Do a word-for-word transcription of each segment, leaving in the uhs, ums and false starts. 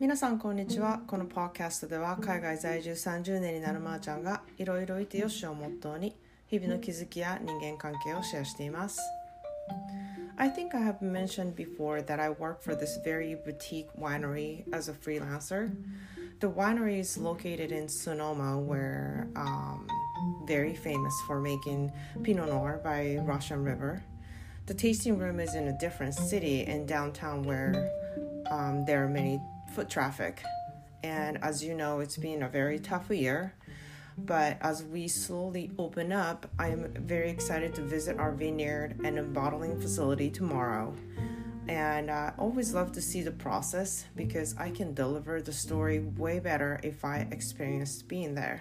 皆さんこんにちは。このポッドキャストでは海外在住さんじゅうねんになるまーちゃんがいろいろいてよしをモットーに日々の気づきや人間関係をシェアしています。I think I have mentioned before that I work for this very boutique winery as a freelancer. The winery is located in Sonoma, where um, very famous for making Pinot Noir by Russian River. The tasting room is in a different city in downtown where um, there are many foot traffic. And as you know, it's been a very tough year. But as we slowly open up, I am very excited to visit our vineyard and a bottling facility tomorrow. And I always love to see the process because I can deliver the story way better if I experienced being there.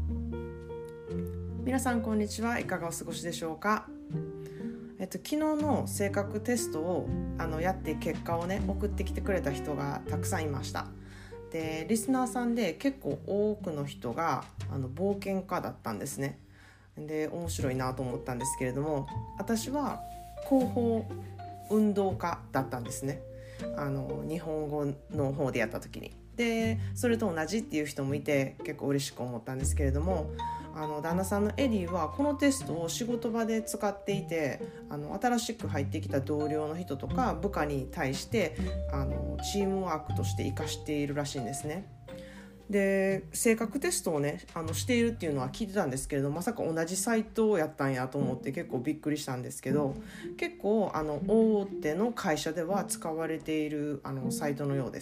皆さんこんにちは。いかがお過ごしでしょうか。えっと、昨日の性格テストをあのやって結果をね送ってきてくれた人がたくさんいました。でリスナーさんで結構多くの人があの冒険家だったんですね。で面白いなと思ったんですけれども、私は広報運動家だったんですね。あの日本語の方でやった時に。でそれと同じっていう人もいて結構嬉しく思ったんですけれども、あの旦那さんのエディはこのテストを仕事場で使っていて、あの新しく入ってきた同僚の人とか部下に対してあのチームワークとして活かしているらしいんですね。で性格テストをねあのしているっていうのは聞いてたんですけれど、まさか同じサイトをやったんやと思って結構びっくりしたんですけど、結構あの大手の会社では使われているあのサイトのようです。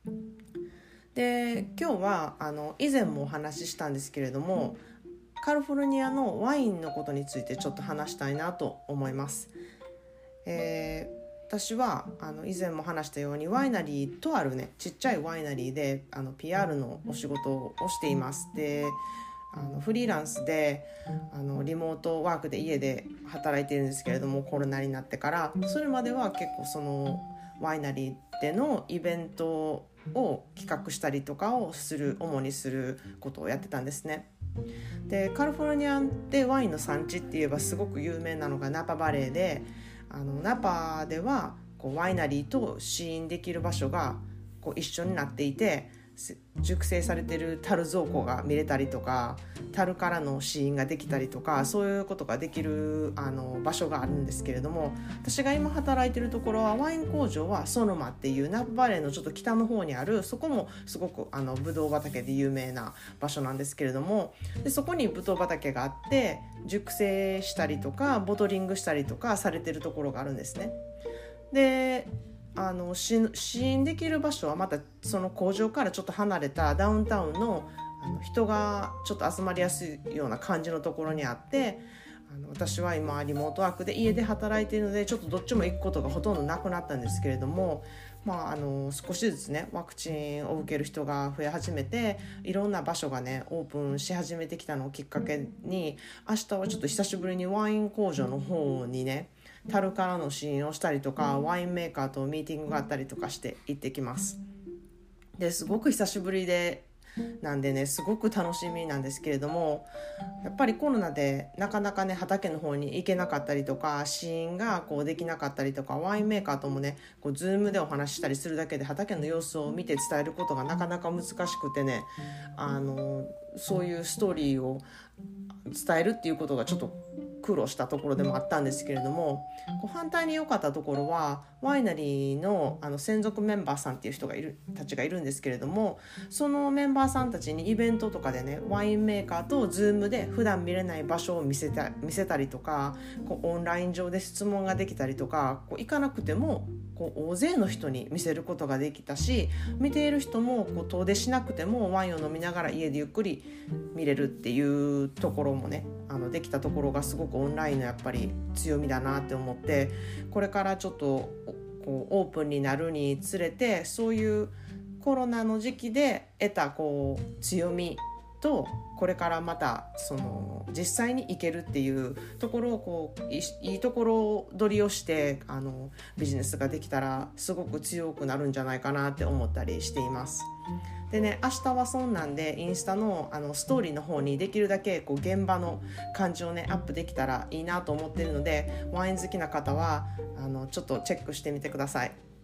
で今日はあの以前もお話ししたんですけれども、カリフォルニアのワインのことについてちょっと話したいなと思います。えー私はあの以前も話したようにワイナリーとあるねちっちゃいワイナリーであの ピーアール のお仕事をしています。であのフリーランスであのリモートワークで家で働いているんですけれども、コロナになってからそれまでは結構そのワイナリーでのイベントを企画したりとかをする主にすることをやってたんですね。でカリフォルニアでワインの産地って言えばすごく有名なのがナパバレーで、あのナパではこうワイナリーと試飲できる場所がこう一緒になっていて、熟成されている樽蔵庫が見れたりとか、樽からの試飲ができたりとか、そういうことができるあの場所があるんですけれども、私が今働いているところはワイン工場はソノマっていうナパバレーのちょっと北の方にある、そこもすごくあのブドウ畑で有名な場所なんですけれども、でそこにブドウ畑があって熟成したりとかボトリングしたりとかされているところがあるんですね。であの試飲できる場所はまたその工場からちょっと離れたダウンタウン の, あの人がちょっと集まりやすいような感じのところにあって、あの私は今リモートワークで家で働いているのでちょっとどっちも行くことがほとんどなくなったんですけれども、まあ、あの少しずつねワクチンを受ける人が増え始めて、いろんな場所がねオープンし始めてきたのをきっかけに、明日はちょっと久しぶりにワイン工場の方にね樽からの試飲をしたりとか、ワインメーカーとミーティングがあったりとかして行ってきます。ですごく久しぶりでなんでねすごく楽しみなんですけれども、やっぱりコロナでなかなかね畑の方に行けなかったりとか、試飲がこうできなかったりとか、ワインメーカーともねこうズームでお話ししたりするだけで畑の様子を見て伝えることがなかなか難しくてね、あのそういうストーリーを伝えるっていうことがちょっと苦労したところでもあったんですけれども、こう反対に良かったところはワイナリー の, あの専属メンバーさんっていう人がいるたちがいるんですけれども、そのメンバーさんたちにイベントとかでねワインメーカーとズームで普段見れない場所を見せた見せたりとか、こうオンライン上で質問ができたりとか、こう行かなくてもこう大勢の人に見せることができたし、見ている人もこう遠出しなくてもワインを飲みながら家でゆっくり見れるっていうところもねあのできたところがすごくオンラインのやっぱり強みだなって思って、これからちょっとこうオープンになるにつれて、そういうコロナの時期で得たこう強みと、これからまたその実際に行けるっていうところをこう い, いいところ取りをしてあのビジネスができたらすごく強くなるんじゃないかなって思ったりしています。でね、明日はそんなんでインスタ の, あのストーリーの方にできるだけこう現場の感じをねアップできたらいいなと思っているので、ワイン好きな方はあのちょっとチェックしてみてください。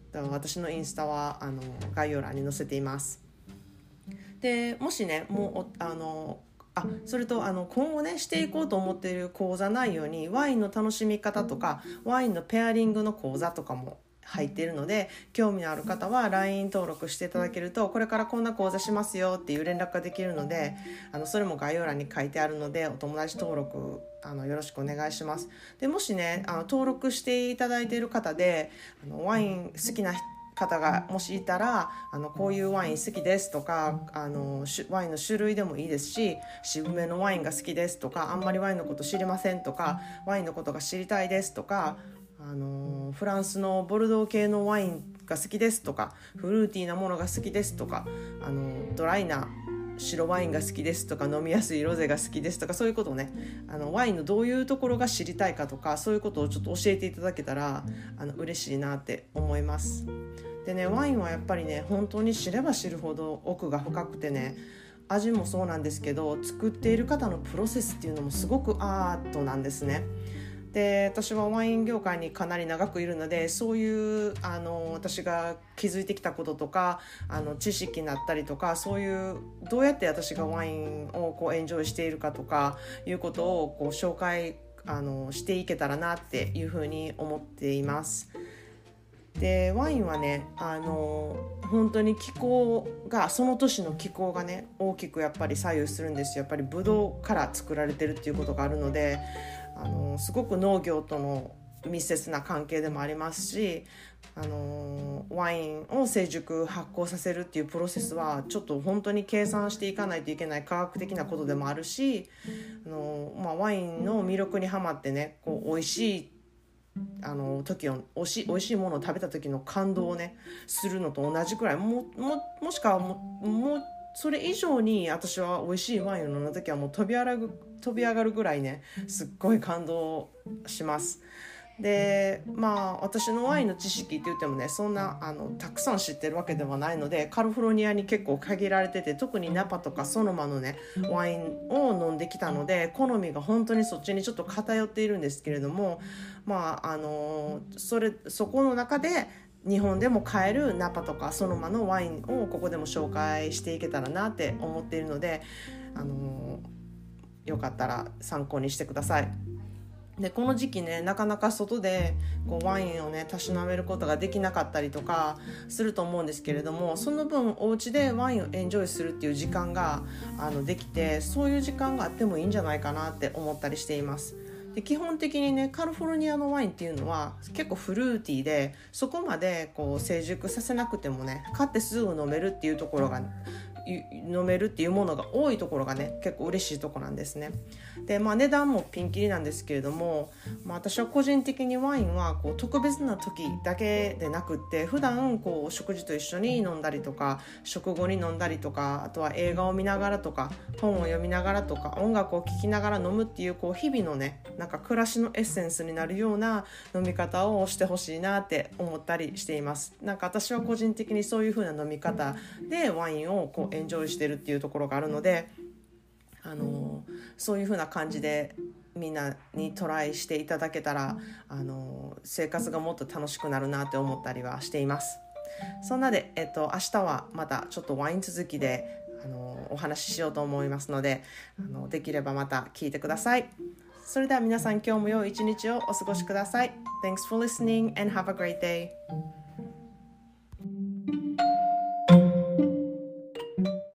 私のインスタはあの概要欄に載せています。でもしねもうあのあそれとあの今後ねしていこうと思っている講座内容にワインの楽しみ方とかワインのペアリングの講座とかも入っているので、興味のある方は ライン 登録していただけると、これからこんな講座しますよっていう連絡ができるので、あのそれも概要欄に書いてあるので、お友達登録あのよろしくお願いします。でもしねあの登録していただいている方であのワイン好きな方がもしいたら、あのこういうワイン好きですとか、あのワインの種類でもいいですし、渋めのワインが好きですとか、あんまりワインのこと知りませんとか、ワインのことが知りたいですとか、あのフランスのボルドー系のワインが好きですとか、フルーティーなものが好きですとか、あのドライな白ワインが好きですとか、飲みやすいロゼが好きですとか、そういうことをねあのワインのどういうところが知りたいかとか、そういうことをちょっと教えていただけたらあの嬉しいなって思います。でね、ワインはやっぱりね本当に知れば知るほど奥が深くてね、味もそうなんですけど、作っている方のプロセスっていうのもすごくアートなんですね。で私はワイン業界にかなり長くいるので、そういうあの私が気づいてきたこととか、あの知識になったりとか、そういうどうやって私がワインをこうエンジョイしているかとかいうことをこう紹介あのしていけたらなっていうふうに思っています。でワインはねあの本当に気候が、その年の気候がね大きくやっぱり左右するんですよ。やっぱりブドウから作られてるっていうことがあるので、あのすごく農業との密接な関係でもありますし、あのワインを成熟発酵させるっていうプロセスはちょっと本当に計算していかないといけない科学的なことでもあるし、あの、まあ、ワインの魅力にはまってねこう美味しいあの時をおし美味しいものを食べた時の感動をねするのと同じくらい、もももしくはももうそれ以上に私は美味しいワインを飲んだ時はもう飛び上がる飛び上がるぐらいねすっごい感動します。でまあ私のワインの知識って言ってもねそんなあのたくさん知ってるわけではないので、カリフォルニアに結構限られてて、特にナパとかソノマのねワインを飲んできたので、好みが本当にそっちにちょっと偏っているんですけれども、まああのそれそこの中で日本でも買えるナパとかソノマのワインをここでも紹介していけたらなって思っているので、あのよかったら参考にしてください。でこの時期ねなかなか外でこうワインをねたしなめることができなかったりとかすると思うんですけれども、その分お家でワインをエンジョイするっていう時間があのできて、そういう時間があってもいいんじゃないかなって思ったりしています。で基本的にねカリフォルニアのワインっていうのは結構フルーティーで、そこまでこう成熟させなくてもね買ってすぐ飲めるっていうところが飲めるっていうものが多いところがね結構嬉しいところなんですね。で、まあ、値段もピンキリなんですけれども、まあ、私は個人的にワインはこう特別な時だけでなくって、普段こう食事と一緒に飲んだりとか、食後に飲んだりとか、あとは映画を見ながらとか本を読みながらとか音楽を聴きながら飲むっていう、こう日々のねなんか暮らしのエッセンスになるような飲み方をしてほしいなって思ったりしています。なんか私は個人的にそういう風な飲み方でワインをこうエンジョイしてるっていうところがあるので、あのそういう風な感じでみんなにトライしていただけたら、あの生活がもっと楽しくなるなって思ったりはしています。そんなで、えっと、明日はまたちょっとワイン続きであのお話ししようと思いますので、あのできればまた聞いてください。それでは皆さん今日も良い一日をお過ごしください。Thanks for listening and have a great day.